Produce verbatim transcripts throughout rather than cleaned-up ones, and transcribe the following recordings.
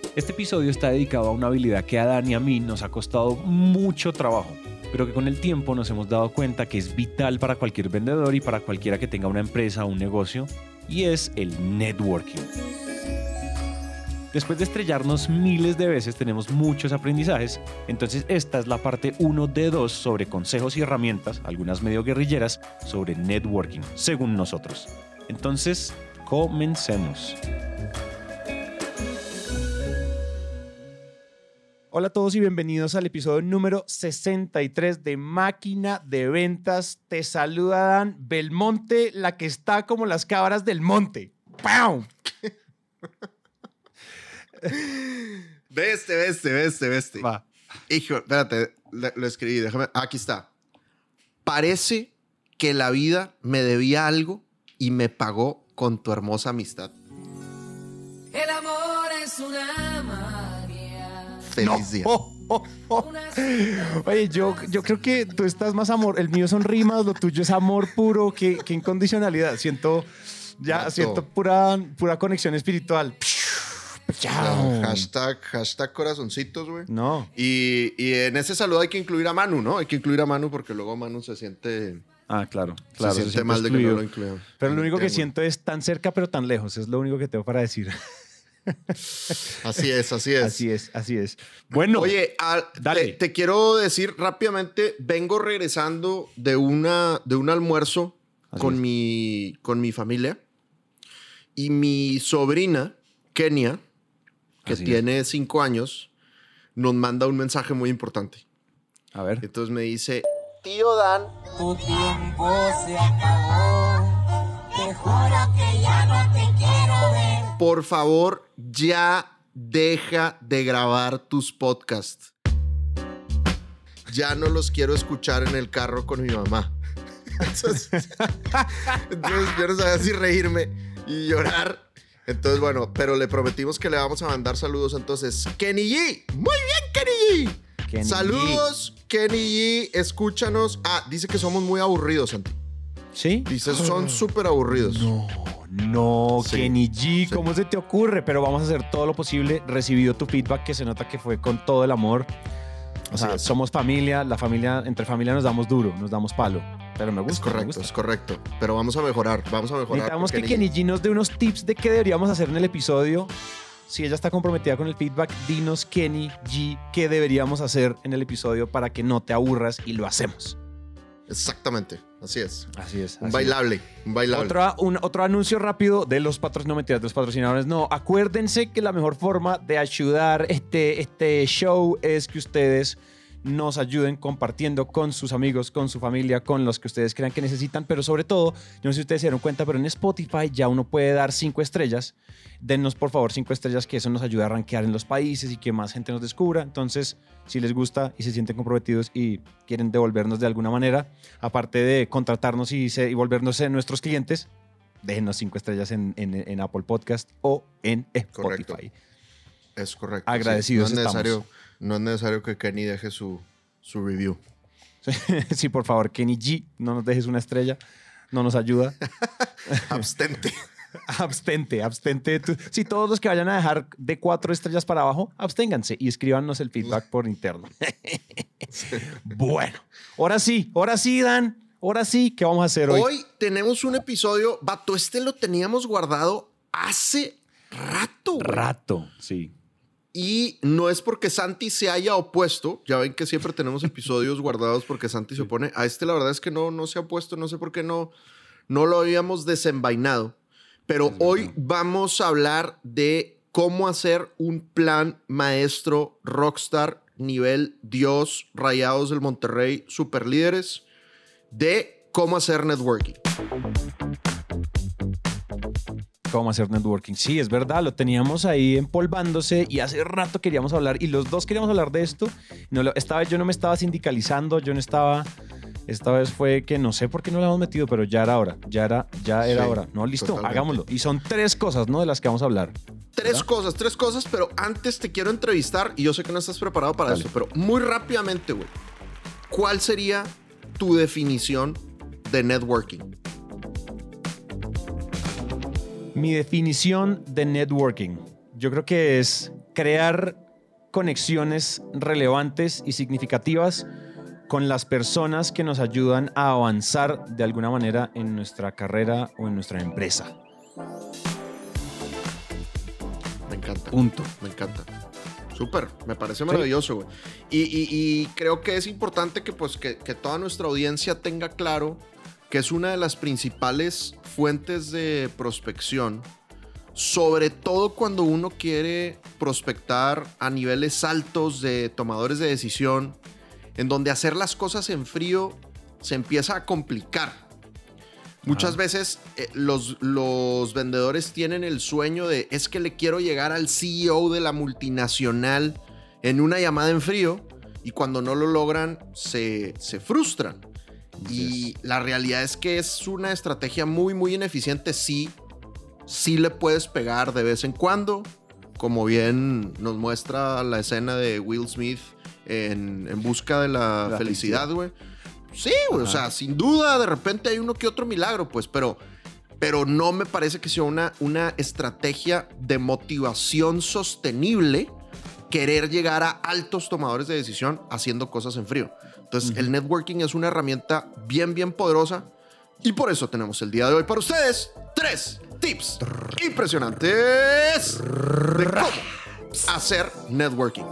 Este episodio está dedicado a una habilidad que a Dan y a mí nos ha costado mucho trabajo, pero que con el tiempo nos hemos dado cuenta que es vital para cualquier vendedor y para cualquiera que tenga una empresa o un negocio, y es el networking. Después de estrellarnos miles de veces, tenemos muchos aprendizajes, entonces esta es la parte uno de dos sobre consejos y herramientas, algunas medio guerrilleras, sobre networking, según nosotros. Entonces, comencemos. Hola a todos y bienvenidos al episodio número sesenta y tres de Máquina de Ventas. Te saluda Dan Belmonte, la que está como las cabras del monte. ¡Pau! Veste, veste, veste, veste. Va. Hijo, espérate, lo, lo escribí, déjame. Aquí está. Parece que la vida me debía algo y me pagó con tu hermosa amistad. El amor es una magia. Feliz No. día. Oh, oh, oh. Oye, yo, yo creo que tú estás más amor. El mío son rimas, lo tuyo es amor puro. Qué, qué incondicionalidad. Siento, ya, Mato. siento pura, pura conexión espiritual. No, hashtag, hashtag corazoncitos, güey. No. Y, y en ese saludo hay que incluir a Manu, ¿no? Hay que incluir a Manu porque luego Manu se siente, Ah, claro. claro se siente mal de que no lo incluyan. Pero lo único que Entiendo. siento es tan cerca pero tan lejos. Es lo único que tengo para decir. Así es, así es. Así es, así es. Bueno. Oye, a- dale. Te, te quiero decir rápidamente, vengo regresando de, una, de un almuerzo Así con es. mi, con mi familia y mi sobrina, Kenia, que Así es. tiene cinco años, nos manda un mensaje muy importante. A ver. Entonces me dice, tío Dan, Tu tiempo se acabó. Te juro que ya no te quiero ver. por favor, ya deja de grabar tus podcasts. Ya no los quiero escuchar en el carro con mi mamá. Entonces, entonces yo no sabía si reírme y llorar. Entonces, bueno, pero le prometimos que le vamos a mandar saludos. Entonces, Kenny G. Muy bien, Kenny G. Kenny Saludos, Kenny G. Escúchanos. Ah, dice que somos muy aburridos, Santi. ¿Sí? Dice, son súper aburridos. No, no, Sí, Kenny G, sí. ¿cómo se te ocurre? Pero vamos a hacer todo lo posible. Recibido tu feedback, que se nota que fue con todo el amor. O Así sea, es. somos familia, la familia, entre familia nos damos duro, nos damos palo. Pero me gusta, Es me correcto, gusta. es correcto. Pero vamos a mejorar, vamos a mejorar. Necesitamos con que Kenny G nos dé unos tips de qué deberíamos hacer en el episodio. Si ella está comprometida con el feedback, dinos, Kenny G, qué deberíamos hacer en el episodio para que no te aburras y lo hacemos. Exactamente, así es. Así es. Un así bailable, un bailable. Otro, un- otro anuncio rápido de los patrocinadores, no mentiras, de los patrocinadores, no. Acuérdense que la mejor forma de ayudar este, este show es que ustedes nos ayuden compartiendo con sus amigos, con su familia, con los que ustedes crean que necesitan, pero sobre todo, yo no sé si ustedes se dieron cuenta, pero en Spotify ya uno puede dar cinco estrellas. Dennos por favor cinco estrellas, que eso nos ayuda a rankear en los países y que más gente nos descubra. Entonces, si les gusta y se sienten comprometidos y quieren devolvernos de alguna manera, aparte de contratarnos y, se, y volvernos eh, nuestros clientes, déjenos cinco estrellas en, en, en Apple Podcast o en Spotify. Correcto. Es correcto. Agradecidos sí. No es estamos. necesario, no es necesario que Kenny deje su, su review. Sí, por favor, Kenny G, no nos dejes una estrella, no nos ayuda. Abstente. Abstente, abstente. Tú- Si todos los que vayan a dejar de cuatro estrellas para abajo, absténganse y escríbanos el feedback por interno. Bueno, ahora sí, ahora sí, Dan. Ahora sí, ¿qué vamos a hacer hoy? Hoy tenemos un episodio, vato, este lo teníamos guardado hace rato. güey. Rato, sí. Y no es porque Santi se haya opuesto. Ya ven que siempre tenemos episodios guardados porque Santi se opone. A este la verdad es que no, no se ha opuesto. No sé por qué no, no lo habíamos desenvainado. Pero hoy vamos a hablar de cómo hacer un plan maestro rockstar nivel Dios, Rayados del Monterrey, super líderes, de cómo hacer networking. ¿Cómo hacer networking? Sí, es verdad, lo teníamos ahí empolvándose y hace rato queríamos hablar y los dos queríamos hablar de esto. No, lo- esta vez yo no me estaba sindicalizando, yo no estaba... Esta vez fue que no sé por qué no lo habíamos metido, pero ya era hora, ya era, ya era Sí, hora. No, listo, totalmente. hagámoslo. Y son tres cosas, ¿no? De las que vamos a hablar. Tres ¿verdad? cosas, tres cosas, pero antes te quiero entrevistar y yo sé que no estás preparado para Dale. esto, pero muy rápidamente, güey. ¿Cuál sería tu definición de networking? Mi definición de networking, yo creo que es crear conexiones relevantes y significativas con las personas que nos ayudan a avanzar de alguna manera en nuestra carrera o en nuestra empresa. Me encanta. Punto. Me encanta. Súper, me parece maravilloso, güey. Y, y, y creo que es importante que, pues, que, que toda nuestra audiencia tenga claro que es una de las principales fuentes de prospección, sobre todo cuando uno quiere prospectar a niveles altos de tomadores de decisión, en donde hacer las cosas en frío se empieza a complicar. Muchas veces eh, los, los vendedores tienen el sueño de es que le quiero llegar al C E O de la multinacional en una llamada en frío, y cuando no lo logran se, se frustran. Y la realidad es que es una estrategia muy, muy ineficiente. Sí, sí le puedes pegar de vez en cuando, como bien nos muestra la escena de Will Smith en, en busca de la, la felicidad, güey. Sí, güey, o sea, sin duda, de repente hay uno que otro milagro, pues, pero, pero no me parece que sea una, una estrategia de motivación sostenible querer llegar a altos tomadores de decisión haciendo cosas en frío. Entonces, uh-huh. el networking es una herramienta bien, bien poderosa, y por eso tenemos el día de hoy para ustedes tres tips impresionantes de cómo hacer networking.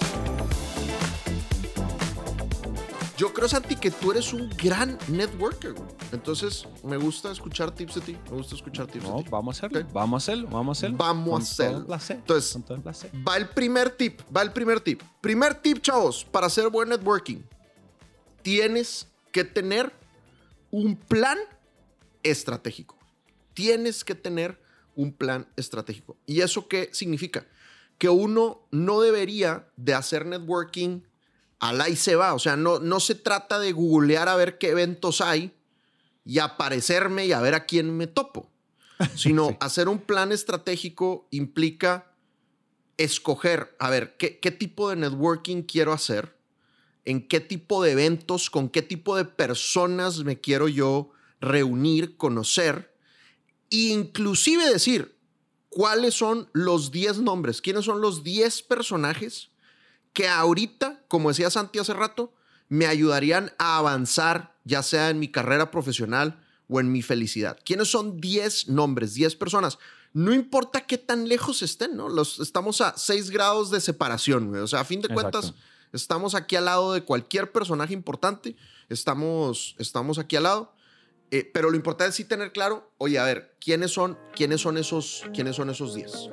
Yo creo, Santi, que tú eres un gran networker, güey. Entonces, me gusta escuchar tips de ti. Me gusta escuchar tips no, de ti. Vamos a hacerlo. Okay. Vamos a hacerlo. Vamos a hacerlo. Vamos con a hacerlo. Todo el placer, Entonces, con todo el placer. va el primer tip. Va el primer tip. Primer tip, chavos, para hacer buen networking. Tienes que tener un plan estratégico. Tienes que tener un plan estratégico. ¿Y eso qué significa? Que uno no debería de hacer networking al ahí se va. O sea, no, no se trata de googlear a ver qué eventos hay y aparecerme y a ver a quién me topo. Sino sí. hacer un plan estratégico implica escoger, a ver, ¿qué, qué tipo de networking quiero hacer? ¿En qué tipo de eventos, con qué tipo de personas me quiero yo reunir, conocer? E inclusive decir, ¿cuáles son los diez nombres? ¿Quiénes son los diez personajes que ahorita, como decía Santi hace rato, me ayudarían a avanzar, ya sea en mi carrera profesional o en mi felicidad? ¿Quiénes son diez nombres, diez personas? No importa qué tan lejos estén, ¿no? Los, estamos a seis grados de separación, güey. O sea, a fin de Exacto. cuentas, estamos aquí al lado de cualquier personaje importante. Estamos, estamos aquí al lado. Eh, pero lo importante es sí tener claro, oye, a ver, ¿quiénes son, quiénes son esos, quiénes son esos diez?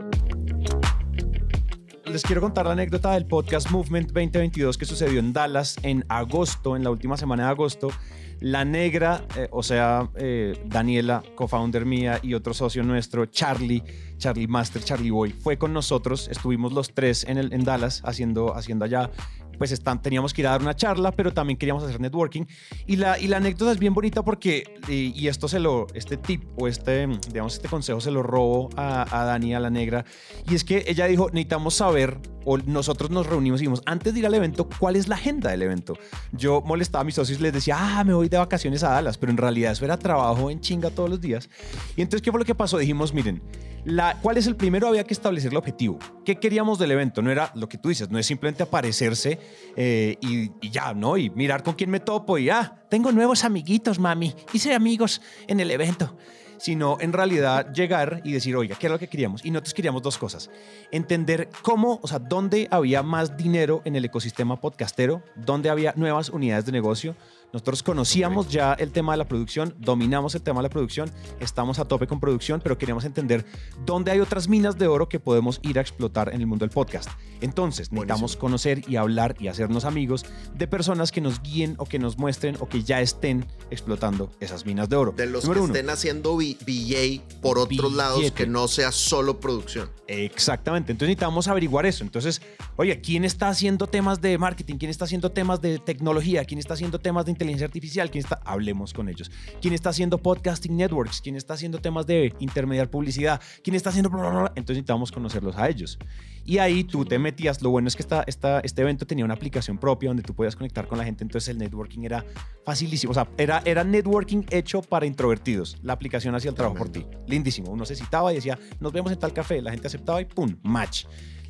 Les quiero contar la anécdota del Podcast Movement veinte veintidós que sucedió en Dallas en agosto, en la última semana de agosto. La negra, eh, o sea, eh, Daniela, co-founder mía, y otro socio nuestro, Charlie, Charlie Master, Charlie Boy, fue con nosotros. Estuvimos los tres en, el, en Dallas haciendo, haciendo allá. Pues están, teníamos que ir a dar una charla, pero también queríamos hacer networking. Y la, y la anécdota es bien bonita porque, y, y esto se lo, este tip o este, digamos, este consejo se lo robo a, a Dani, a la negra. Y es que ella dijo, necesitamos saber, o nosotros nos reunimos y dijimos, antes de ir al evento, ¿cuál es la agenda del evento? Yo molestaba a mis socios y les decía, ah, me voy de vacaciones a Dallas, pero en realidad eso era trabajo en chinga todos los días. Y entonces, ¿qué fue lo que pasó? Dijimos, miren, La, ¿cuál es el primero? Había que establecer el objetivo. ¿Qué queríamos del evento? No era lo que tú dices, no es simplemente aparecerse eh, y, y ya, ¿no? Y mirar con quién me topo y, ah, tengo nuevos amiguitos, mami. Hice amigos en el evento. Sino en realidad llegar y decir, oiga, ¿qué era lo que queríamos? Y nosotros queríamos dos cosas. Entender cómo, o sea, dónde había más dinero en el ecosistema podcastero, dónde había nuevas unidades de negocio. Nosotros conocíamos okay. ya el tema de la producción, dominamos el tema de la producción, estamos a tope con producción, pero queríamos entender dónde hay otras minas de oro que podemos ir a explotar en el mundo del podcast. Entonces, necesitamos Buenísimo. conocer y hablar y hacernos amigos de personas que nos guíen o que nos muestren o que ya estén explotando esas minas de oro. De los Número que uno. estén haciendo B A por otros Billete. lados, que no sea solo producción. Exactamente. Entonces necesitamos averiguar eso. Entonces, oye, ¿quién está haciendo temas de marketing? ¿Quién está haciendo temas de tecnología? ¿Quién está haciendo temas de inteligencia artificial? ¿Quién está? Hablemos con ellos. ¿Quién está haciendo podcasting networks? ¿Quién está haciendo temas de intermediar publicidad? ¿Quién está haciendo? Entonces necesitamos conocerlos a ellos. Y ahí tú te metías. Lo bueno es que esta, esta, este evento tenía una aplicación propia donde tú podías conectar con la gente. Entonces el networking era facilísimo. O sea, era, era networking hecho para introvertidos. La aplicación hacía el trabajo por ti. Lindísimo. Uno se citaba y decía, nos vemos en tal café. La gente aceptaba y ¡pum! Match.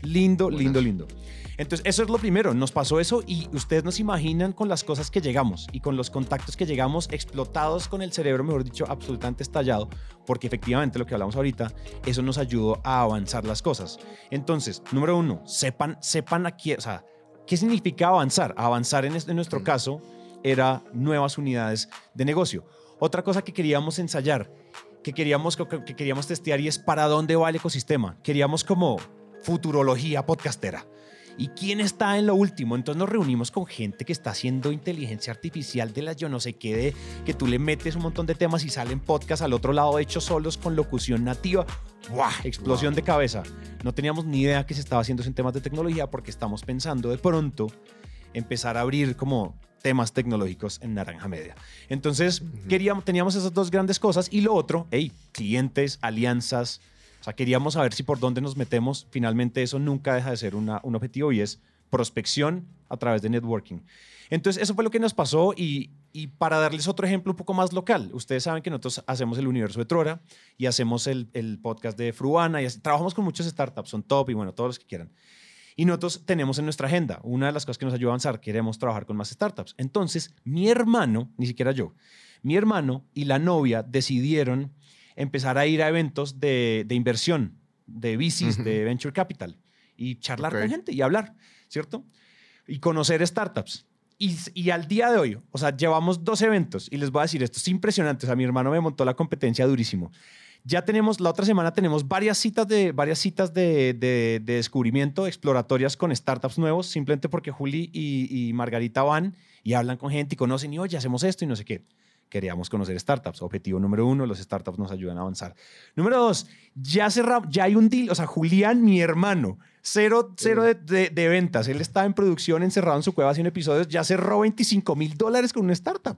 Lindo, Buenas. lindo, lindo. Entonces, eso es lo primero. Nos pasó eso y ustedes nos imaginan con las cosas que llegamos y con los contactos que llegamos explotados con el cerebro, mejor dicho, absolutamente estallado, porque efectivamente lo que hablamos ahorita, eso nos ayudó a avanzar las cosas. Entonces, número uno, sepan, sepan aquí, o sea, ¿qué significa avanzar? Avanzar en, este, en nuestro mm. caso era nuevas unidades de negocio. Otra cosa que queríamos ensayar, que queríamos, que, que queríamos testear y es para dónde va el ecosistema. Queríamos como futurología podcastera. ¿Y quién está en lo último? Entonces nos reunimos con gente que está haciendo inteligencia artificial de la yo no sé qué, de que tú le metes un montón de temas y salen podcasts al otro lado hechos solos con locución nativa. ¡Buah! Explosión wow. de cabeza. No teníamos ni idea que se estaba haciendo en temas de tecnología porque estamos pensando de pronto empezar a abrir como temas tecnológicos en Naranja Media. Entonces uh-huh. queríamos, teníamos esas dos grandes cosas y lo otro, hey, clientes, alianzas. O sea, queríamos saber si por dónde nos metemos. Finalmente eso nunca deja de ser una, un objetivo y es prospección a través de networking. Entonces eso fue lo que nos pasó y, y para darles otro ejemplo un poco más local, ustedes saben que nosotros hacemos el universo de Trora y hacemos el, el podcast de Fruana y así, trabajamos con muchas startups, son top y bueno, todos los que quieran. Y nosotros tenemos en nuestra agenda, una de las cosas que nos ayuda a avanzar, queremos trabajar con más startups. Entonces mi hermano, ni siquiera yo, mi hermano y la novia decidieron empezar a ir a eventos de, de inversión, de V Cs, uh-huh. de Venture Capital, y charlar okay. con gente y hablar, ¿cierto? Y conocer startups. Y, y al día de hoy, o sea, llevamos dos eventos y les voy a decir, esto es impresionante. O sea, mi hermano me montó la competencia durísimo. Ya tenemos, la otra semana tenemos varias citas de, varias citas de, de, de descubrimiento exploratorias con startups nuevos, simplemente porque Juli y, y Margarita van y hablan con gente y conocen y, oye, hacemos esto y no sé qué. Queríamos conocer startups. Objetivo número uno, los startups nos ayudan a avanzar. Número dos, ya cerramos, ya hay un deal. O sea, Julián, mi hermano, cero, cero de, de, de ventas. Él estaba en producción, encerrado en su cueva haciendo episodios. Ya cerró veinticinco mil dólares con una startup.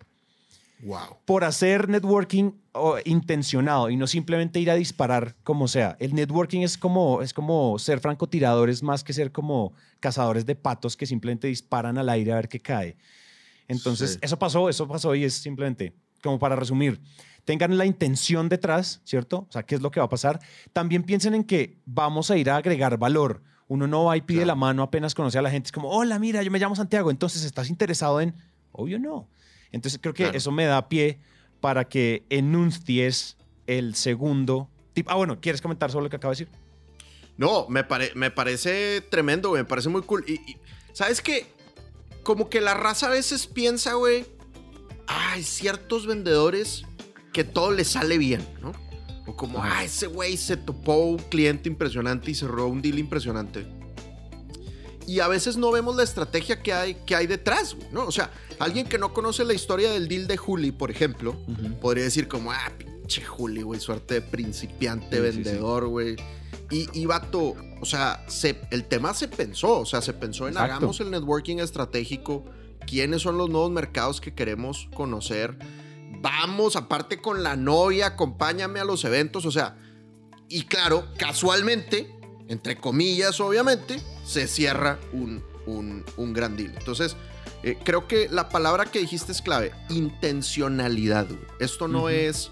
Wow. Por hacer networking oh, intencionado y no simplemente ir a disparar como sea. El networking es como, es como ser francotiradores más que ser como cazadores de patos que simplemente disparan al aire a ver qué cae. Entonces, sí. eso pasó, eso pasó y es simplemente, como para resumir, tengan la intención detrás, ¿cierto? O sea, ¿qué es lo que va a pasar? También piensen en que vamos a ir a agregar valor. Uno no va y pide claro. la mano apenas conoce a la gente. Es como, hola, mira, yo me llamo Santiago. Entonces, ¿estás interesado en...? Obvio no. Entonces, creo que claro. eso me da pie para que enuncies el segundo tip. Ah, bueno, ¿quieres comentar sobre lo que acabo de decir? No, me, pare- me parece tremendo, güey. Me parece muy cool. Y, y ¿sabes qué? Como que la raza a veces piensa, güey, hay ciertos vendedores que todo les sale bien, ¿no? O como, ah, ese güey se topó un cliente impresionante y cerró un deal impresionante. Y a veces no vemos la estrategia que hay, que hay detrás, güey, ¿no? O sea, alguien que no conoce la historia del deal de Juli, por ejemplo, uh-huh. podría decir como, ah, pinche Juli, güey, suerte de principiante sí, vendedor, güey. Sí, sí. Y, y vato, o sea, se, el tema se pensó, o sea, se pensó en Exacto. hagamos el networking estratégico, quiénes son los nuevos mercados que queremos conocer, vamos, aparte con la novia, acompáñame a los eventos, o sea, y claro, casualmente, entre comillas, obviamente, se cierra un, un, un gran deal. Entonces, eh, creo que la palabra que dijiste es clave, intencionalidad, güey. Esto no uh-huh. es,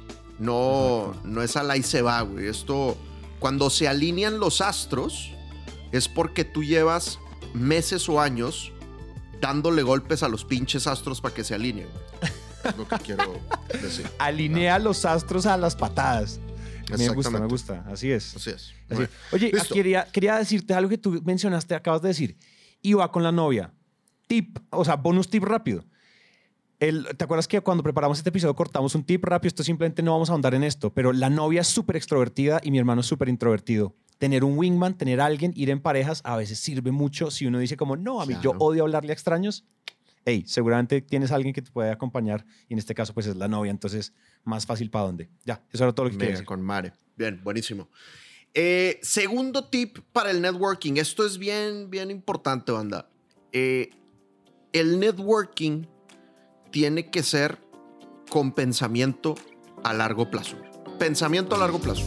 no, no es a la y se va, güey, esto... Cuando se alinean los astros, es porque tú llevas meses o años dándole golpes a los pinches astros para que se alineen. Es lo que quiero decir. Alinea ¿no? los astros a las patadas. Me gusta, me gusta. Así es. Así es. Así. Oye, quería, quería decirte algo que tú mencionaste, acabas de decir. Iba con la novia. Tip, o sea, bonus tip rápido. El, ¿Te acuerdas que cuando preparamos este episodio cortamos un tip rápido? Esto simplemente no vamos a ahondar en esto, pero la novia es súper extrovertida y mi hermano es súper introvertido. Tener un wingman, tener a alguien, ir en parejas, a veces sirve mucho. Si uno dice como, no, a mí claro. yo odio hablarle a extraños, hey, seguramente tienes a alguien que te puede acompañar y en este caso pues es la novia, entonces más fácil para dónde. Ya, eso era todo lo que quería decir. Con Mare. Bien, buenísimo. Eh, segundo tip para el networking. Esto es bien, bien importante, banda. Eh, el networking tiene que ser con pensamiento a largo plazo. Pensamiento a largo plazo.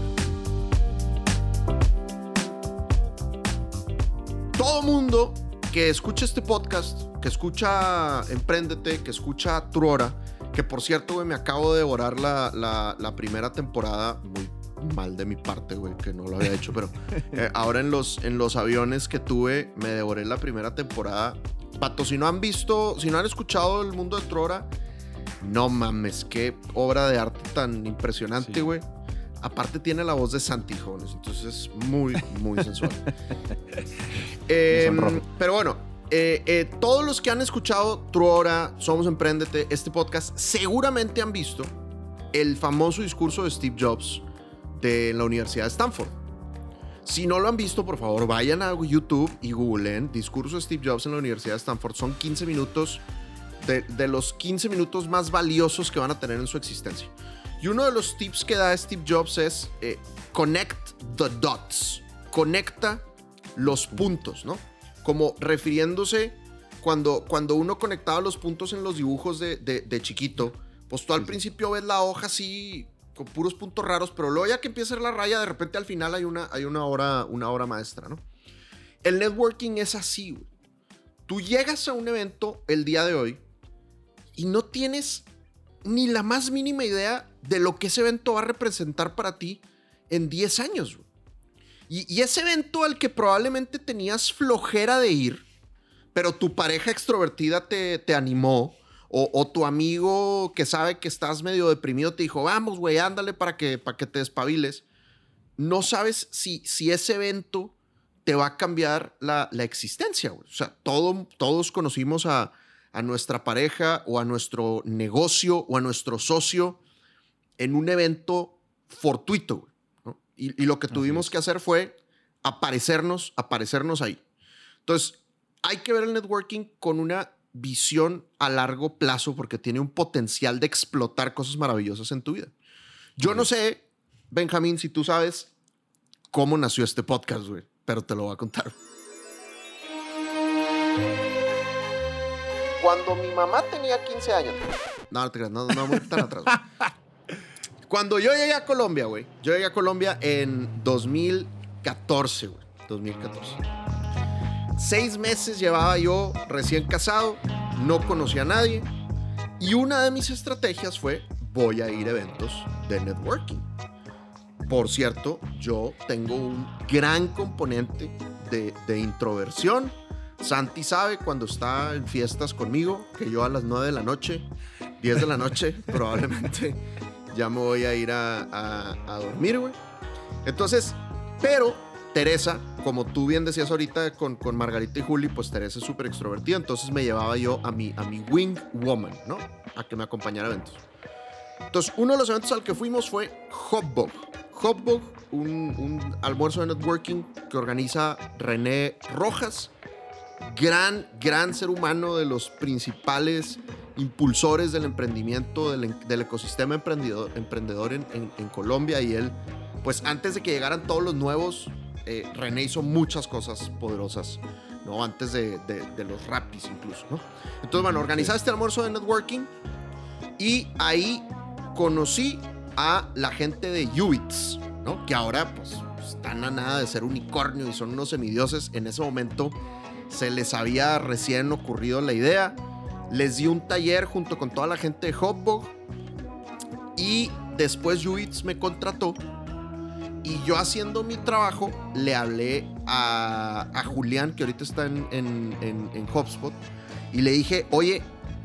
Todo mundo que escucha este podcast, que escucha Empréndete, que escucha Trora, que por cierto, güey, me acabo de devorar la, la, la primera temporada, muy mal de mi parte, güey, que no lo había hecho, pero eh, ahora en los, en los aviones que tuve, me devoré la primera temporada. Pato, si no han visto, si no han escuchado El Mundo de Trora, no mames, qué obra de arte tan impresionante, güey. Sí. Aparte tiene la voz de Santi, jóvenes, entonces es muy, muy sensual. eh, pero bueno, eh, eh, todos los que han escuchado Trora, Somos Emprendete, este podcast, seguramente han visto el famoso discurso de Steve Jobs de la Universidad de Stanford. Si no lo han visto, por favor, vayan a YouTube y googleen discurso de Steve Jobs en la Universidad de Stanford. Son quince minutos de, de los quince minutos más valiosos que van a tener en su existencia. Y uno de los tips que da Steve Jobs es eh, connect the dots. Conecta los puntos, ¿no? Como refiriéndose cuando, cuando uno conectaba los puntos en los dibujos de, de, de chiquito, pues tú al principio ves la hoja así con puros puntos raros, pero luego ya que empieza a ser la raya, de repente al final hay una, hay una, hora, una hora maestra, ¿no? El networking es así, güey. Tú llegas a un evento el día de hoy y no tienes ni la más mínima idea de lo que ese evento va a representar para ti en diez años. Y, y ese evento al que probablemente tenías flojera de ir, pero tu pareja extrovertida te, te animó, o, o tu amigo que sabe que estás medio deprimido te dijo, vamos, güey, ándale para que, para que te despabiles. No sabes si, si ese evento te va a cambiar la, la existencia, güey. O sea, todo, todos conocimos a a nuestra pareja o a nuestro negocio o a nuestro socio en un evento fortuito, ¿no? Y, y lo que tuvimos que hacer fue aparecernos, aparecernos ahí. Entonces, hay que ver el networking con una visión a largo plazo porque tiene un potencial de explotar cosas maravillosas en tu vida. Yo okay. no sé, Benjamín, si tú sabes cómo nació este podcast, güey, pero te lo voy a contar. Cuando mi mamá tenía quince años. No, no te creas, no, no voy tan atrás. Cuando yo llegué a Colombia, güey. Yo llegué a Colombia en dos mil catorce, güey. dos mil catorce. Seis meses llevaba yo recién casado. No conocía a nadie. Y una de mis estrategias fue, voy a ir a eventos de networking. Por cierto, yo tengo un gran componente de, de introversión. Santi sabe cuando está en fiestas conmigo que yo a las nueve de la noche, diez de la noche, probablemente ya me voy a ir a, a, a dormir, güey. Entonces, pero Teresa, como tú bien decías ahorita con, con Margarita y Juli, pues Teresa es súper extrovertida, entonces me llevaba yo a mi, a mi wing woman, ¿no? A que me acompañara a eventos. Entonces, uno de los eventos al que fuimos fue Hotbug. Hotbug, un, un almuerzo de networking que organiza René Rojas. Gran, gran ser humano, de los principales impulsores del emprendimiento, del, del ecosistema emprendedor, emprendedor en, en, en Colombia. Y él, pues antes de que llegaran todos los nuevos, eh, René hizo muchas cosas poderosas, ¿no? Antes de, de, de los Rapis incluso, ¿no? Entonces, bueno, organizaba este almuerzo de networking y ahí conocí a la gente de Ubits, ¿no? Que ahora, pues, están a nada de ser unicornio y son unos semidioses. En ese momento se les había recién ocurrido la idea. Les di un taller junto con toda la gente de Hotbug y después Ubits me contrató y yo, haciendo mi trabajo, le hablé a, a Julián, que ahorita está en, en, en, en HubSpot, y le dije, oye,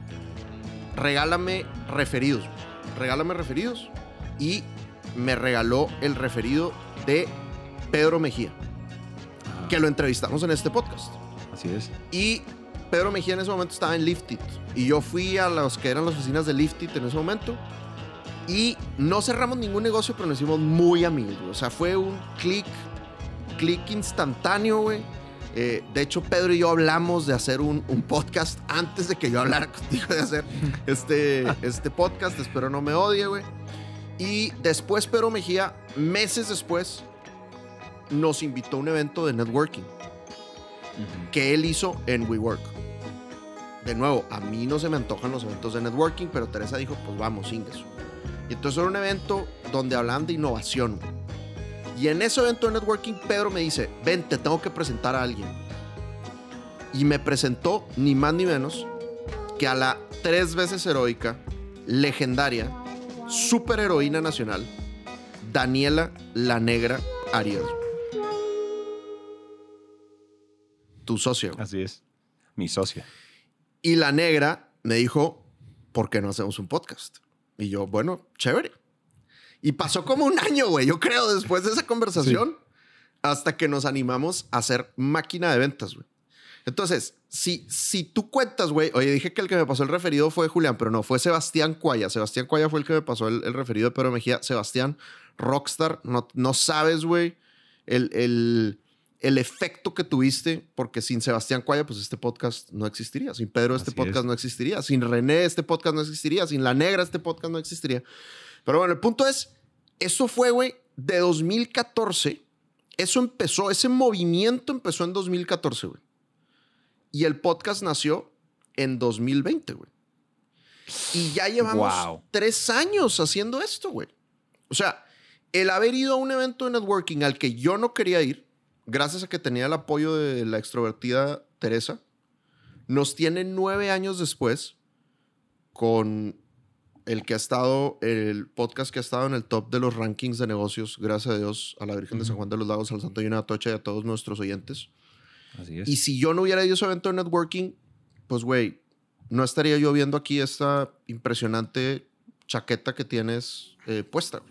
regálame referidos, regálame referidos. Y me regaló el referido de Pedro Mejía, ah. que lo entrevistamos en este podcast. Así es. Y Pedro Mejía en ese momento estaba en Liftit. Y yo fui a los que eran las oficinas de Liftit en ese momento. Y no cerramos ningún negocio, pero nos hicimos muy amigos, güey. O sea, fue un clic, clic instantáneo, güey. Eh, de hecho, Pedro y yo hablamos de hacer un, un podcast antes de que yo hablara contigo de hacer este, este podcast. Espero no me odie, güey. Y después Pedro Mejía, meses después, nos invitó a un evento de networking que él hizo en WeWork. De nuevo, a mí no se me antojan los eventos de networking, pero Teresa dijo, pues vamos, ingreso. Y entonces era un evento donde hablaban de innovación. Y en ese evento de networking, Pedro me dice, ven, te tengo que presentar a alguien. Y me presentó ni más ni menos que a la tres veces heroica, legendaria, superheroína nacional, Daniela La Negra Arias. Tu socia. Güey. Así es. Mi socia. Y La Negra me dijo, ¿por qué no hacemos un podcast? Y yo, bueno, chévere. Y pasó como un año, güey, yo creo, después de esa conversación, sí. hasta que nos animamos a hacer máquina de ventas, güey. Entonces, si, si tú cuentas, güey, oye, dije que el que me pasó el referido fue Julián, pero no, fue Sebastián Cuaya. Sebastián Cuaya fue el que me pasó el, el referido de Pedro Mejía. Sebastián, rockstar, no, no sabes, güey, el, el, el efecto que tuviste, porque sin Sebastián Cuaya, pues este podcast no existiría. Sin Pedro, este Así podcast es. no existiría. Sin René, este podcast no existiría. Sin La Negra, este podcast no existiría. Pero bueno, el punto es, eso fue, güey, de dos mil catorce. Eso empezó, ese movimiento empezó en dos mil catorce, güey. Y el podcast nació en dos mil veinte, güey. Y ya llevamos wow. tres años haciendo esto, güey. O sea, el haber ido a un evento de networking al que yo no quería ir, gracias a que tenía el apoyo de la extrovertida Teresa, nos tiene nueve años después con el que ha estado, el podcast que ha estado en el top de los rankings de negocios, gracias a Dios, a la Virgen uh-huh. de San Juan de los Lagos, al Santo Lleno de Atocha y a todos nuestros oyentes. Así es. Y si yo no hubiera ido a ese evento de networking, pues, güey, no estaría yo viendo aquí esta impresionante chaqueta que tienes eh, puesta.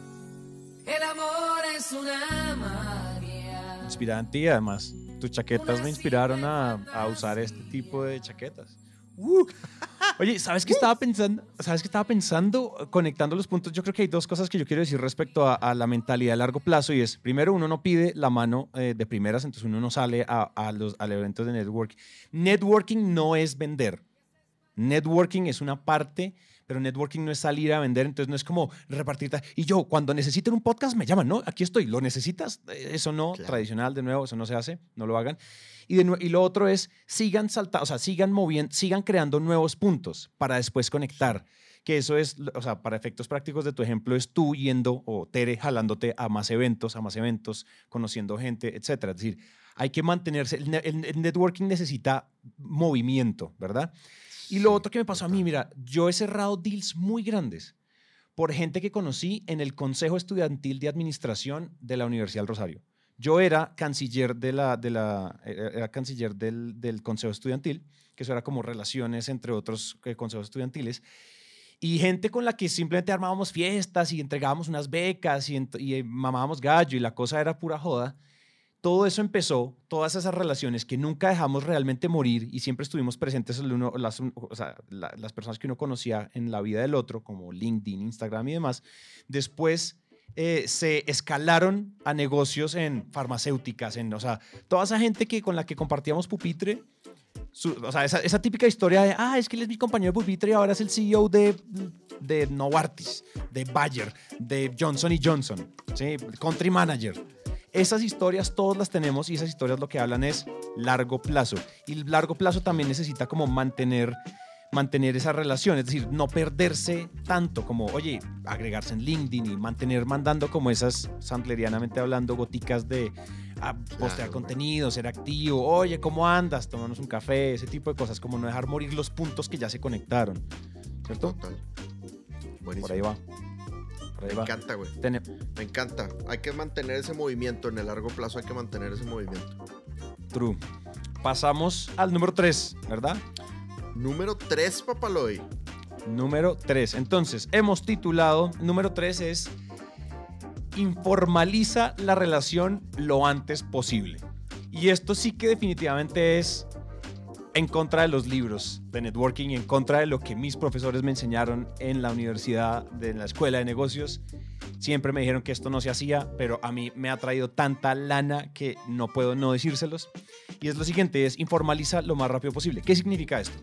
El amor es una magia. Inspirante y además tus chaquetas me inspiraron a, a usar este tipo de chaquetas. Uh. Oye, ¿sabes qué estaba pensando? ¿Sabes qué estaba pensando? Conectando los puntos, yo creo que hay dos cosas que yo quiero decir respecto a, a la mentalidad a largo plazo y es, primero, uno no pide la mano eh, de primeras, entonces uno no sale a, a los a eventos de networking. Networking no es vender. Networking es una parte, pero networking no es salir a vender, entonces no es como repartir. Y yo, cuando necesiten un podcast, me llaman, ¿no? Aquí estoy, ¿lo necesitas? Eso no, claro. Tradicional, de nuevo, eso no se hace, no lo hagan. Y, de, y lo otro es, sigan saltando, o sea, sigan moviendo, sigan creando nuevos puntos para después conectar. Que eso es, o sea, para efectos prácticos de tu ejemplo, es tú yendo o Tere jalándote a más eventos, a más eventos, conociendo gente, etcétera. Es decir, hay que mantenerse, el, el, el networking necesita movimiento, ¿verdad? Y lo otro que me pasó a mí, mira, yo he cerrado deals muy grandes por gente que conocí en el Consejo Estudiantil de Administración de la Universidad del Rosario. Yo era canciller, de la, de la, era canciller del, del Consejo Estudiantil, que eso era como relaciones entre otros eh, consejos estudiantiles, y gente con la que simplemente armábamos fiestas y entregábamos unas becas y, y mamábamos gallo y la cosa era pura joda. Todo eso empezó, todas esas relaciones que nunca dejamos realmente morir y siempre estuvimos presentes el uno, las, o sea, la, las personas que uno conocía en la vida del otro, como LinkedIn, Instagram y demás, después eh, se escalaron a negocios en farmacéuticas, en, o sea, toda esa gente que, con la que compartíamos pupitre, su, o sea, esa, esa típica historia de, ah, es que él es mi compañero de pupitre y ahora es el C E O de, de Novartis, de Bayer, de Johnson y Johnson, ¿sí? Country Manager. Esas historias todas las tenemos y esas historias lo que hablan es largo plazo. Y el largo plazo también necesita como mantener, mantener esa relación, es decir, no perderse tanto como, oye, agregarse en LinkedIn y mantener mandando como esas, samplerianamente hablando, goticas de a postear claro, contenido, ser activo, oye, ¿cómo andas? Tomarnos un café, ese tipo de cosas, como no dejar morir los puntos que ya se conectaron, ¿cierto? Total. Buenísimo. Por ahí va. Me encanta, güey. Ten... Me encanta. Hay que mantener ese movimiento. En el largo plazo hay que mantener ese movimiento. True. Pasamos al número tres, ¿verdad? Número tres, Papaloy. Número tres. Entonces, hemos titulado, número tres es informaliza la relación lo antes posible. Y esto sí que definitivamente es en contra de los libros de networking y en contra de lo que mis profesores me enseñaron en la universidad, en la escuela de negocios. Siempre me dijeron que esto no se hacía, pero a mí me ha traído tanta lana que no puedo no decírselos. Y es lo siguiente, es informaliza lo más rápido posible. ¿Qué significa esto?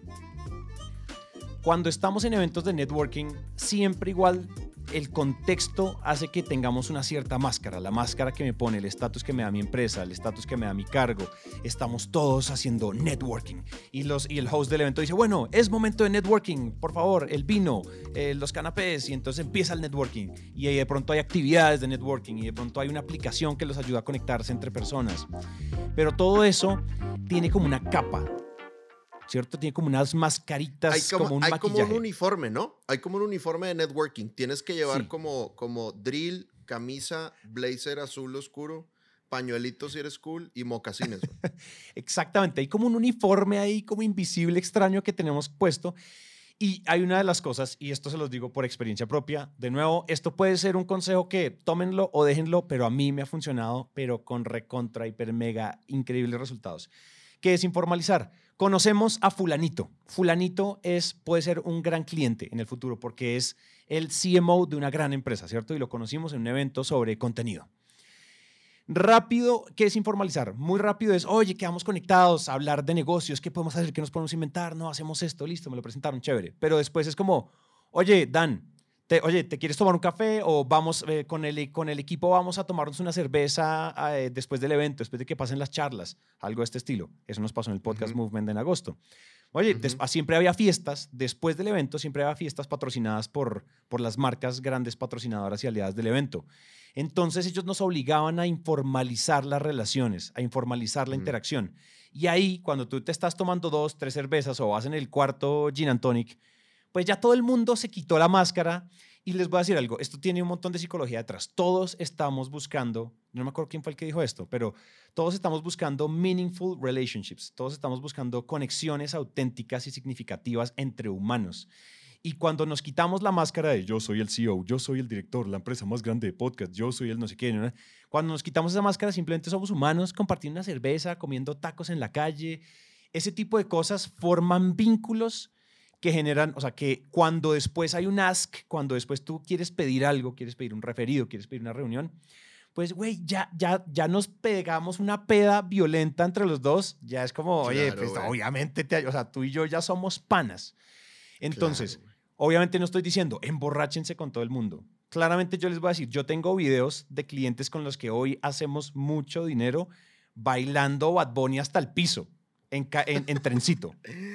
Cuando estamos en eventos de networking, siempre igual el contexto hace que tengamos una cierta máscara, la máscara que me pone, el estatus que me da mi empresa, el estatus que me da mi cargo. Estamos todos haciendo networking y, los, y el host del evento dice, bueno, es momento de networking, por favor, el vino, eh, los canapés, y entonces empieza el networking y de pronto hay actividades de networking y de pronto hay una aplicación que los ayuda a conectarse entre personas. Pero todo eso tiene como una capa, ¿cierto? Tiene como unas mascaritas, hay como, como un hay maquillaje. Hay como un uniforme, ¿no? Hay como un uniforme de networking. Tienes que llevar sí. como, como drill, camisa, blazer azul oscuro, pañuelitos si eres cool y mocasines. Exactamente, hay como un uniforme ahí como invisible, extraño que tenemos puesto. Y hay una de las cosas, y esto se los digo por experiencia propia, de nuevo, esto puede ser un consejo que tómenlo o déjenlo, pero a mí me ha funcionado, pero con recontra, hiper, mega, increíbles resultados, que es informalizar. Conocemos a fulanito. Fulanito es, puede ser un gran cliente en el futuro porque es el C M O de una gran empresa, ¿cierto? Y lo conocimos en un evento sobre contenido. Rápido, ¿qué es informalizar? Muy rápido es, oye, quedamos conectados, a hablar de negocios, ¿qué podemos hacer? ¿Qué nos podemos inventar? No, hacemos esto, listo, me lo presentaron, chévere. Pero después es como, oye, Dan, te, oye, ¿te quieres tomar un café? O vamos, eh, con, el, con el equipo vamos a tomarnos una cerveza eh, después del evento, después de que pasen las charlas, algo de este estilo. Eso nos pasó en el Podcast uh-huh. Movement en agosto. Oye, uh-huh. des, siempre había fiestas, después del evento siempre había fiestas patrocinadas por, por las marcas grandes patrocinadoras y aliadas del evento. Entonces ellos nos obligaban a informalizar las relaciones, a informalizar la uh-huh. interacción. Y ahí, cuando tú te estás tomando dos, tres cervezas o vas en el cuarto gin and tonic, pues ya todo el mundo se quitó la máscara. Y les voy a decir algo, esto tiene un montón de psicología detrás. Todos estamos buscando, no me acuerdo quién fue el que dijo esto, pero todos estamos buscando meaningful relationships. Todos estamos buscando conexiones auténticas y significativas entre humanos. Y cuando nos quitamos la máscara de yo soy el C E O, yo soy el director, la empresa más grande de podcast, yo soy el no sé qué, ¿no? Cuando nos quitamos esa máscara simplemente somos humanos compartiendo una cerveza, comiendo tacos en la calle. Ese tipo de cosas forman vínculos que generan, o sea, que cuando después hay un ask, cuando después tú quieres pedir algo, quieres pedir un referido, quieres pedir una reunión, pues, güey, ya, ya, ya nos pegamos una peda violenta entre los dos. Ya es como, oye, claro, pues, güey. obviamente, te, o sea, tú y yo ya somos panas. Entonces, Claro, obviamente no estoy diciendo, emborráchense con todo el mundo. Claramente yo les voy a decir, yo tengo videos de clientes con los que hoy hacemos mucho dinero bailando Bad Bunny hasta el piso, en, en, en trencito.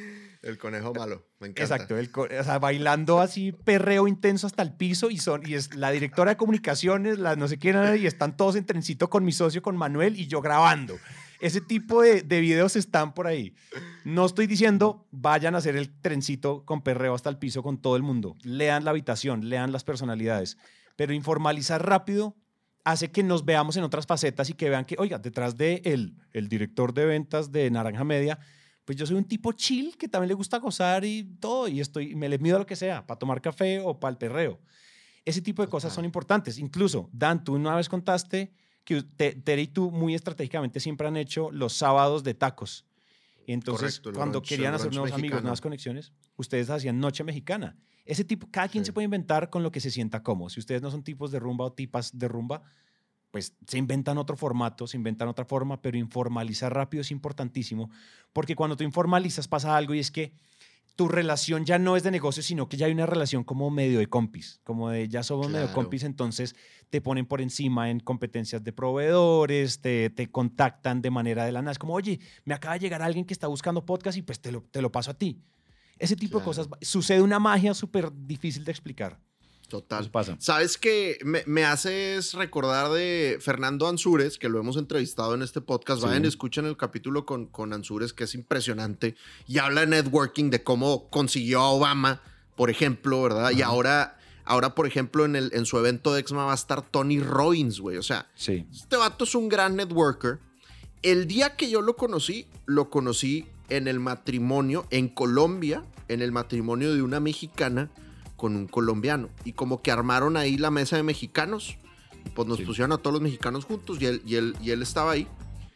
El conejo malo, me encanta. Exacto, el, o sea, bailando así perreo intenso hasta el piso y, son, y es la directora de comunicaciones, la no sé quién, y están todos en trencito con mi socio, con Manuel y yo grabando. Ese tipo de, de videos están por ahí. No estoy diciendo vayan a hacer el trencito con perreo hasta el piso con todo el mundo. Lean la habitación, lean las personalidades, pero informalizar rápido hace que nos veamos en otras facetas y que vean que, oiga, detrás de el, el director de ventas de Naranja Media, pues yo soy un tipo chill que también le gusta gozar y todo, y estoy, me le mido a lo que sea, para tomar café o para el perreo. Ese tipo de cosas son importantes. Incluso, Dan, tú una vez contaste que Tere y tú muy estratégicamente siempre han hecho los sábados de tacos. Y entonces, Correcto, cuando brunch, querían hacer nuevos mexicano. amigos, nuevas conexiones, ustedes hacían noche mexicana. Ese tipo, cada quien Sí. se puede inventar con lo que se sienta cómodo. Si ustedes no son tipos de rumba o tipas de rumba, pues se inventan otro formato, se inventan otra forma, pero informalizar rápido es importantísimo, porque cuando tú informalizas pasa algo y es que tu relación ya no es de negocio, sino que ya hay una relación como medio de compis, como de ya somos Claro. medio compis, entonces te ponen por encima en competencias de proveedores, te, te contactan de manera de la nada. Es como, oye, me acaba de llegar alguien que está buscando podcast y pues te lo, te lo paso a ti. Ese tipo Claro. de cosas. Sucede una magia súper difícil de explicar. Total. Eso pasa. ¿Sabes qué? Me, me haces recordar de Fernando Ansúrez, que lo hemos entrevistado en este podcast. Sí. Vayan, escuchen el capítulo con, con Ansúrez, que es impresionante. Y habla de networking, de cómo consiguió a Obama, por ejemplo, ¿verdad? Ajá. Y ahora, ahora, por ejemplo, en, el, en su evento de Exma va a estar Tony Robbins, güey. O sea, Sí. este vato es un gran networker. El día que yo lo conocí, lo conocí en el matrimonio en Colombia, en el matrimonio de una mexicana con un colombiano. Y como que armaron ahí la mesa de mexicanos. Pues nos Sí. pusieron a todos los mexicanos juntos y él, y él, y él estaba ahí.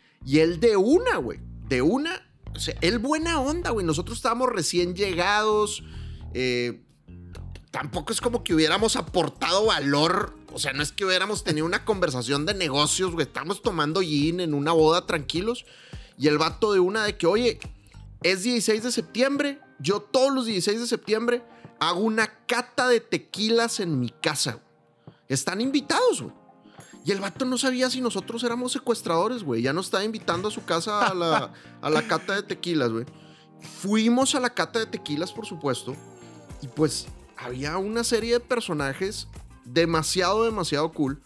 Y él de una, güey. De una. O sea, él buena onda, güey. Nosotros estábamos recién llegados. Eh, tampoco es como que hubiéramos aportado valor. O sea, no es que hubiéramos tenido una conversación de negocios, güey. Estamos tomando gin en una boda tranquilos. Y el vato de una de que, oye, es dieciséis de septiembre. Yo todos los dieciséis de septiembre hago una cata de tequilas en mi casa, güey. Están invitados, güey. Y el vato no sabía si nosotros éramos secuestradores, güey. Ya nos estaba invitando a su casa a la, a la cata de tequilas, güey. Fuimos a la cata de tequilas, por supuesto. Y pues había una serie de personajes demasiado, demasiado cool.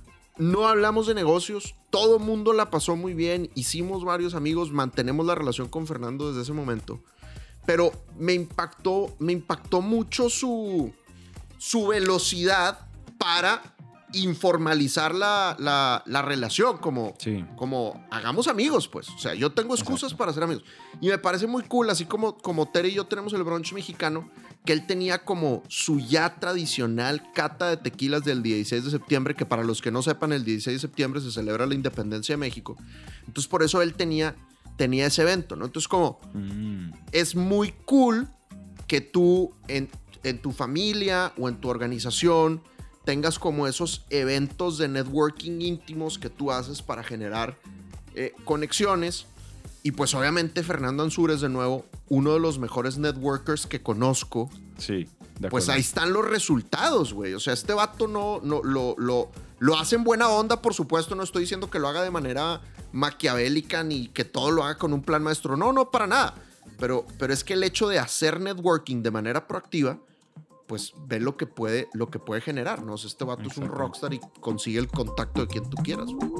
No hablamos de negocios. Todo el mundo la pasó muy bien. Hicimos varios amigos. Mantenemos la relación con Fernando desde ese momento. Pero me impactó, me impactó mucho su, su velocidad para informalizar la, la, la relación, como, Sí. como hagamos amigos, pues. O sea, yo tengo excusas Exacto. para ser amigos. Y me parece muy cool, así como, como Tere y yo tenemos el brunch mexicano, que él tenía como su ya tradicional cata de tequilas del dieciséis de septiembre, que para los que no sepan, el dieciséis de septiembre se celebra la independencia de México. Entonces, por eso él tenía, tenía ese evento, ¿no? Entonces, como Mm. es muy cool que tú en, en tu familia o en tu organización tengas como esos eventos de networking íntimos que tú haces para generar eh, conexiones. Y pues obviamente Fernando Ansúrez, de nuevo, uno de los mejores networkers que conozco. Sí, de acuerdo. Pues ahí están los resultados, güey. O sea, este vato no, no lo, lo, lo hace en buena onda, por supuesto. No estoy diciendo que lo haga de manera maquiavélica ni que todo lo haga con un plan maestro. No, no, para nada. Pero, pero es que el hecho de hacer networking de manera proactiva, pues ve lo que puede, lo que puede generar, ¿no? O sea, este vato es un Exacto. rockstar y consigue el contacto de quien tú quieras, güey.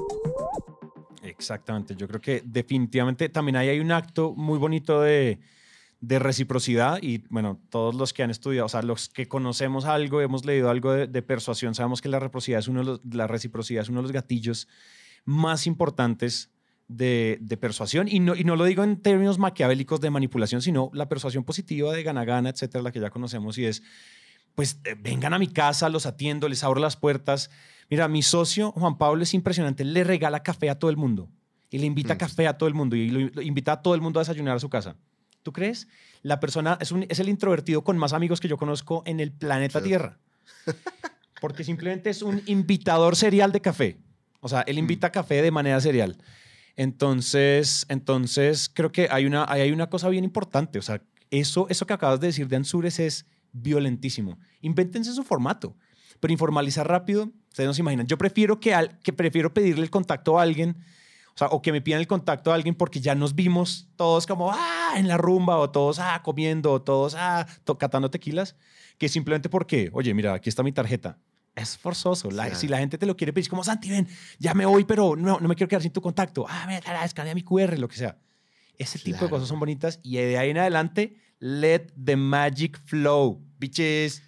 Exactamente, yo creo que definitivamente también ahí hay un acto muy bonito de, de reciprocidad y bueno, todos los que han estudiado, o sea, los que conocemos algo, hemos leído algo de, de persuasión, sabemos que la reciprocidad es uno de los, la reciprocidad es uno de los gatillos más importantes de, de persuasión y no, y no lo digo en términos maquiavélicos de manipulación, sino la persuasión positiva de gana-gana, etcétera, la que ya conocemos y es, pues eh, vengan a mi casa, los atiendo, les abro las puertas. Mira, mi socio Juan Pablo es impresionante, le regala café a todo el mundo y le invita Mm. café a todo el mundo y lo, lo invita a todo el mundo a desayunar a su casa. ¿Tú crees? La persona es, un, es el introvertido con más amigos que yo conozco en el planeta Sí. Tierra. Porque simplemente es un invitador serial de café. O sea, él invita café de manera serial. Entonces, entonces creo que hay una, hay una cosa bien importante. O sea, eso, eso que acabas de decir de Ansúrez es violentísimo. Invéntense su formato, pero informalizar rápido, ustedes no se imaginan. Yo prefiero que, al, que prefiero pedirle el contacto a alguien, o sea, o que me pidan el contacto a alguien porque ya nos vimos todos como ah, en la rumba, o todos ah, comiendo, o todos ah, to- catando tequilas, que simplemente porque, oye, mira, aquí está mi tarjeta. Es forzoso. La, Claro. Si la gente te lo quiere pedir, es como Santi, ven, ya me voy, pero no, no me quiero quedar sin tu contacto. Ah, mira, escanea mi cu erre, lo que sea. Ese tipo de Claro. cosas son bonitas y de ahí en adelante, let the magic flow, bitches.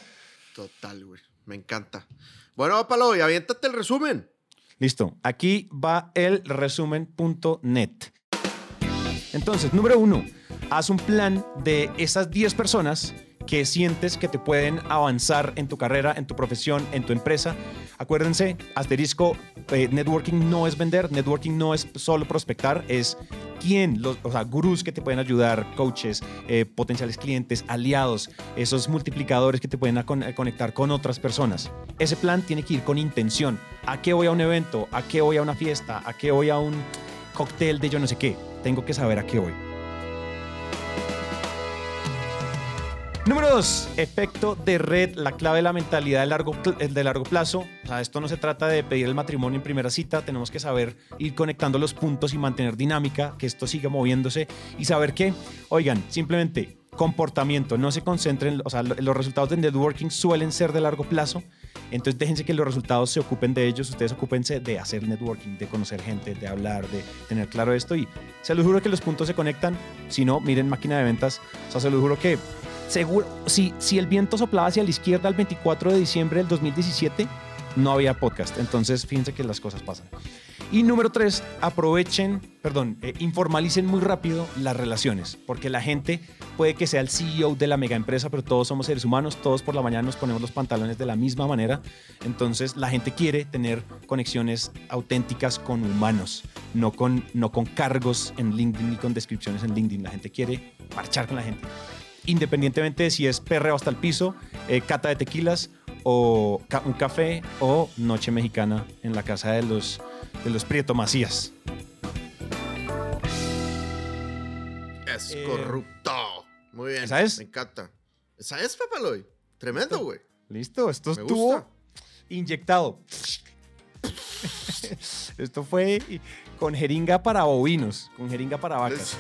Total, güey. Me encanta. Bueno, Palo, y aviéntate el resumen. Listo, aquí va el resumen punto net. Entonces, número uno, haz un plan de esas diez personas que sientes que te pueden avanzar en tu carrera, en tu profesión, en tu empresa. Acuérdense, asterisco, eh, networking no es vender, networking no es solo prospectar, es quién, los, o sea, gurús que te pueden ayudar, coaches, eh, potenciales clientes, aliados, esos multiplicadores que te pueden a con- a conectar con otras personas. Ese plan tiene que ir con intención. ¿A qué voy a un evento? ¿A qué voy a una fiesta? ¿A qué voy a un cóctel de yo no sé qué? Tengo que saber a qué voy. Número dos, efecto de red, la clave de la mentalidad de largo, pl- de largo plazo. O sea, esto no se trata de pedir el matrimonio en primera cita, tenemos que saber ir conectando los puntos y mantener dinámica, que esto siga moviéndose y saber que, oigan, simplemente comportamiento, no se concentren, o sea, lo- los resultados de networking suelen ser de largo plazo, entonces déjense que los resultados se ocupen de ellos, ustedes ocúpense de hacer networking, de conocer gente, de hablar, de tener claro esto y se los juro que los puntos se conectan, si no, miren máquina de ventas, o sea, se los juro que seguro, si, si el viento soplaba hacia la izquierda el veinticuatro de diciembre del dos mil diecisiete, no había podcast. Entonces, fíjense que las cosas pasan. Y número tres, aprovechen, perdón, eh, informalicen muy rápido las relaciones, porque la gente puede que sea el C E O de la mega empresa, pero todos somos seres humanos, todos por la mañana nos ponemos los pantalones de la misma manera. Entonces, la gente quiere tener conexiones auténticas con humanos, no con, no con cargos en LinkedIn ni con descripciones en LinkedIn. La gente quiere marchar con la gente. Independientemente de si es perreo hasta el piso, eh, cata de tequilas o ca- un café o noche mexicana en la casa de los, de los Prieto Macías. Es Eh, corrupto. Muy bien. ¿esa es? Me encanta. Esa es, Papaloy. Tremendo, güey. Listo, esto Me estuvo gusta. inyectado. Esto fue con jeringa para bovinos, con jeringa para vacas.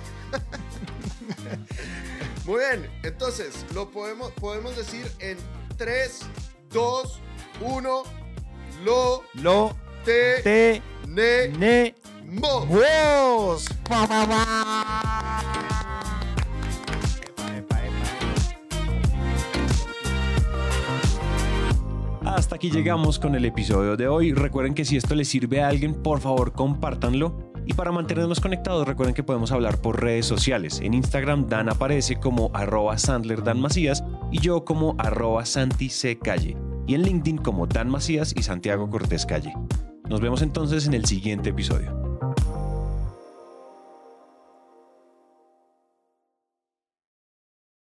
Muy bien. Entonces, lo podemos, podemos decir en tres, dos, uno. Lo Lo te, te ne ne mo. vos. Hasta aquí llegamos con el episodio de hoy. Recuerden que si esto les sirve a alguien, por favor compártanlo. Y para mantenernos conectados, recuerden que podemos hablar por redes sociales. En Instagram, Dan aparece como arroba Sandler Dan Macías y yo como arroba Santi C. Calle. Y en LinkedIn como Dan Macías y Santiago Cortés Calle. Nos vemos entonces en el siguiente episodio.